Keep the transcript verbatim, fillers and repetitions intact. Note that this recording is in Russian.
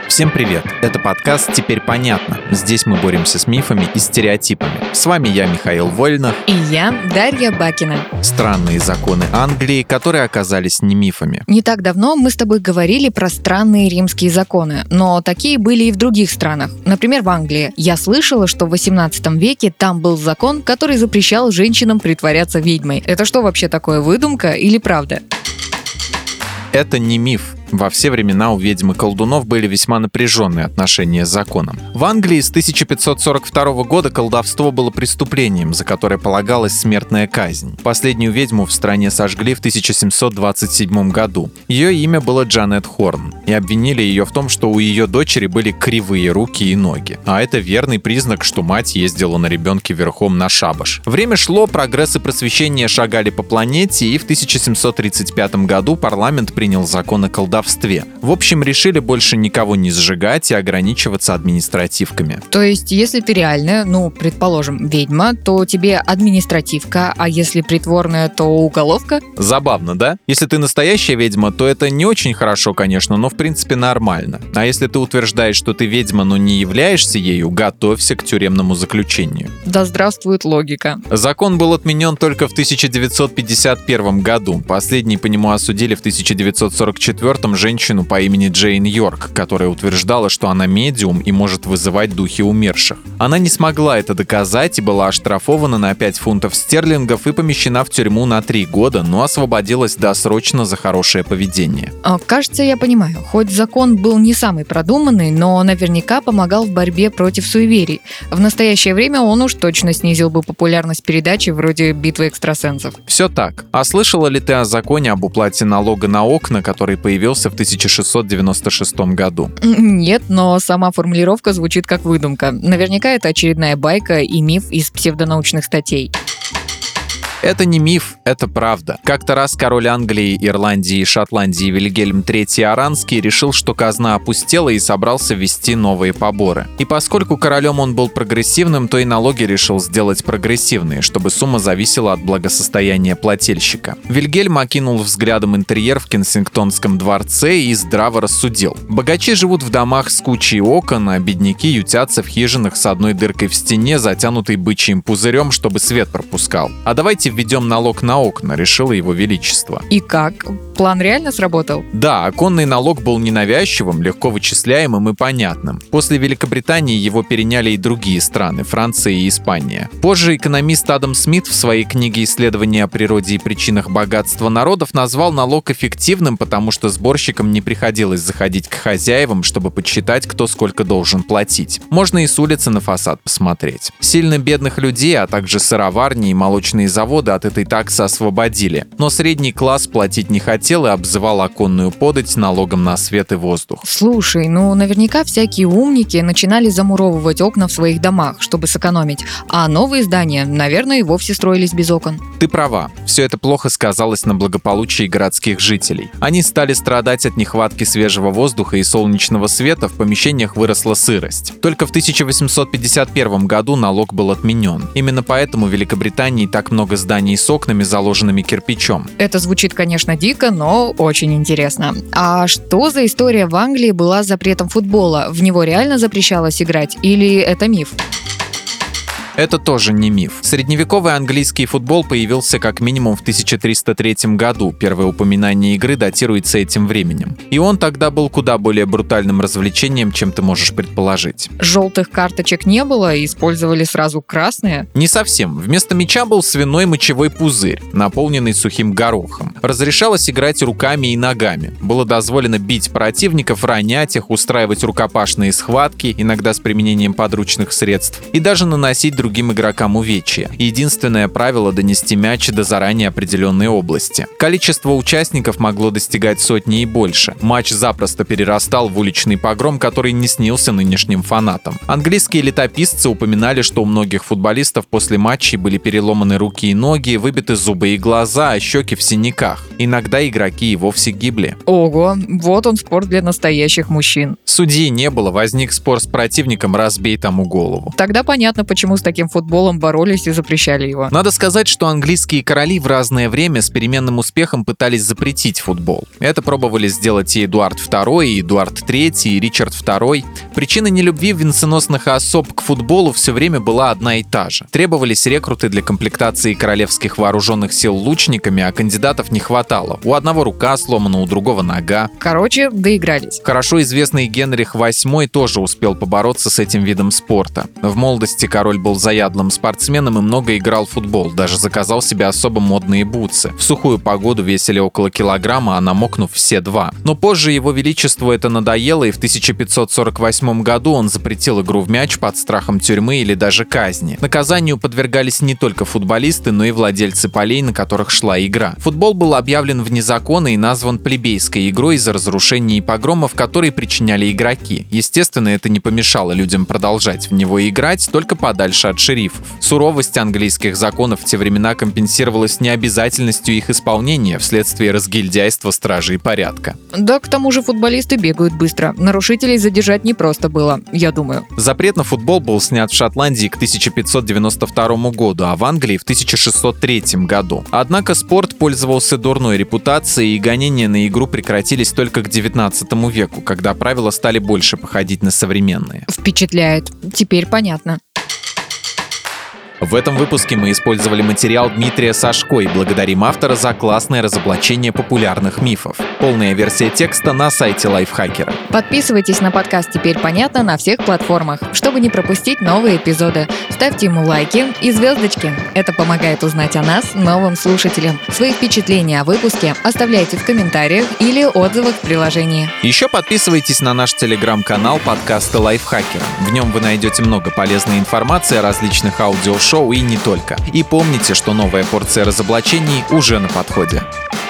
Всем привет! Это подкаст «Теперь понятно». Здесь мы боремся с мифами и стереотипами. С вами я, Михаил Вольнов. И я, Дарья Бакина. Странные законы Англии, которые оказались не мифами. Не так давно мы с тобой говорили про странные римские законы, но такие были и в других странах. Например, в Англии. Я слышала, что в восемнадцатом веке там был закон, который запрещал женщинам притворяться ведьмой. Это что вообще такое, выдумка или правда? Это не миф. Во все времена у ведьм и колдунов были весьма напряженные отношения с законом. В Англии с тысяча пятьсот сорок второго года колдовство было преступлением, за которое полагалась смертная казнь. Последнюю ведьму в стране сожгли в тысяча семьсот двадцать седьмом году. Ее имя было Джанет Хорн, и обвинили ее в том, что у ее дочери были кривые руки и ноги. А это верный признак, что мать ездила на ребенке верхом на шабаш. Время шло, прогресс и просвещение шагали по планете, и в тысяча семьсот тридцать пятом году парламент принял закон о колдовстве. В общем, решили больше никого не сжигать и ограничиваться административками. То есть, если ты реальная, ну, предположим, ведьма, то тебе административка, а если притворная, то уголовка? Забавно, да? Если ты настоящая ведьма, то это не очень хорошо, конечно, но в принципе нормально. А если ты утверждаешь, что ты ведьма, но не являешься ею, готовься к тюремному заключению. Да здравствует логика. Закон был отменен только в тысяча девятьсот пятьдесят первом году. Последний по нему осудили в тысяча девятьсот сорок четвёртом женщину по имени Джейн Йорк, которая утверждала, что она медиум и может вызывать духи умерших. Она не смогла это доказать и была оштрафована на пять фунтов стерлингов и помещена в тюрьму на три года, но освободилась досрочно за хорошее поведение. Кажется, я понимаю, хоть закон был не самый продуманный, но наверняка помогал в борьбе против суеверий. В настоящее время он уж точно снизил бы популярность передачи вроде «Битвы экстрасенсов». Все так. А слышала ли ты о законе об уплате налога на окна, который появился в тысяча шестьсот девяносто шестом году? Нет, но сама формулировка звучит как выдумка. Наверняка это очередная байка и миф из псевдонаучных статей. Это не миф, это правда. Как-то раз король Англии, Ирландии и Шотландии Вильгельм третий Оранский решил, что казна опустела и собрался ввести новые поборы. И поскольку королем он был прогрессивным, то и налоги решил сделать прогрессивные, чтобы сумма зависела от благосостояния плательщика. Вильгельм окинул взглядом интерьер в Кенсингтонском дворце и здраво рассудил. Богачи живут в домах с кучей окон, а бедняки ютятся в хижинах с одной дыркой в стене, затянутой бычьим пузырем, чтобы свет пропускал. А давайте введем налог на окна, решило его величество. И как? План реально сработал? Да, оконный налог был ненавязчивым, легко вычисляемым и понятным. После Великобритании его переняли и другие страны, Франция и Испания. Позже экономист Адам Смит в своей книге «Исследования о природе и причинах богатства народов» назвал налог эффективным, потому что сборщикам не приходилось заходить к хозяевам, чтобы подсчитать, кто сколько должен платить. Можно и с улицы на фасад посмотреть. Сильно бедных людей, а также сыроварни и молочные заводы от этой таксы освободили. Но средний класс платить не хотел и обзывал оконную подать налогом на свет и воздух. Слушай, ну наверняка всякие умники начинали замуровывать окна в своих домах, чтобы сэкономить, а новые здания, наверное, и вовсе строились без окон. Ты права. Все это плохо сказалось на благополучии городских жителей. Они стали страдать от нехватки свежего воздуха и солнечного света, в помещениях выросла сырость. Только в тысяча восемьсот пятьдесят первом году налог был отменен. Именно поэтому в Великобритании так много зданий с окнами, заложенными кирпичом. Это звучит, конечно, дико, но очень интересно. А что за история в Англии была с запретом футбола? В него реально запрещалось играть или это миф? Это тоже не миф. Средневековый английский футбол появился как минимум в тысяча триста третьем году. Первое упоминание игры датируется этим временем. И он тогда был куда более брутальным развлечением, чем ты можешь предположить. Желтых карточек не было, использовали сразу красные? Не совсем. Вместо мяча был свиной мочевой пузырь, наполненный сухим горохом. Разрешалось играть руками и ногами. Было дозволено бить противников, ронять их, устраивать рукопашные схватки, иногда с применением подручных средств, и даже наносить другим игрокам увечья. Единственное правило — донести мяч до заранее определенной области. Количество участников могло достигать сотни и больше. Матч запросто перерастал в уличный погром, который не снился нынешним фанатам. Английские летописцы упоминали, что у многих футболистов после матчей были переломаны руки и ноги, выбиты зубы и глаза, а щеки в синяках. Иногда игроки и вовсе гибли. Ого, вот он спорт для настоящих мужчин. Судьи не было, возник спор с противником, разбей тому голову. Тогда понятно, почему с таким таким футболом боролись и запрещали его. Надо сказать, что английские короли в разное время с переменным успехом пытались запретить футбол. Это пробовали сделать и Эдуард второй, и Эдуард третий, и Ричард второй. Причина нелюбви венценосных особ к футболу все время была одна и та же. Требовались рекруты для комплектации королевских вооруженных сил лучниками, а кандидатов не хватало. У одного рука сломана, у другого нога. Короче, доигрались. Хорошо известный Генрих восьмой тоже успел побороться с этим видом спорта. В молодости король был заядлым спортсменом и много играл в футбол, даже заказал себе особо модные бутсы. В сухую погоду весили около килограмма, а намокнув все два. Но позже его величеству это надоело, и в тысяча пятьсот сорок восьмом году он запретил игру в мяч под страхом тюрьмы или даже казни. Наказанию подвергались не только футболисты, но и владельцы полей, на которых шла игра. Футбол был объявлен вне закона и назван плебейской игрой из-за разрушений и погромов, которые причиняли игроки. Естественно, это не помешало людям продолжать в него играть, только подальше от шерифов. Суровость английских законов в те времена компенсировалась необязательностью их исполнения вследствие разгильдяйства стражей порядка. Да, к тому же футболисты бегают быстро. Нарушителей задержать непросто было, я думаю. Запрет на футбол был снят в Шотландии к тысяча пятьсот девяносто второму году, а в Англии в тысяча шестьсот третьем году. Однако спорт пользовался дурной репутацией, и гонения на игру прекратились только к девятнадцатому веку, когда правила стали больше походить на современные. Впечатляет. Теперь понятно. В этом выпуске мы использовали материал Дмитрия Сашко и благодарим автора за классное разоблачение популярных мифов. Полная версия текста на сайте Лайфхакера. Подписывайтесь на подкаст «Теперь понятно» на всех платформах, чтобы не пропустить новые эпизоды. Ставьте ему лайки и звездочки. Это помогает узнать о нас новым слушателям. Свои впечатления о выпуске оставляйте в комментариях или отзывах в приложении. Еще подписывайтесь на наш телеграм-канал подкаста Лайфхакера. В нем вы найдете много полезной информации о различных аудиошоу и не только. И помните, что новая порция разоблачений уже на подходе.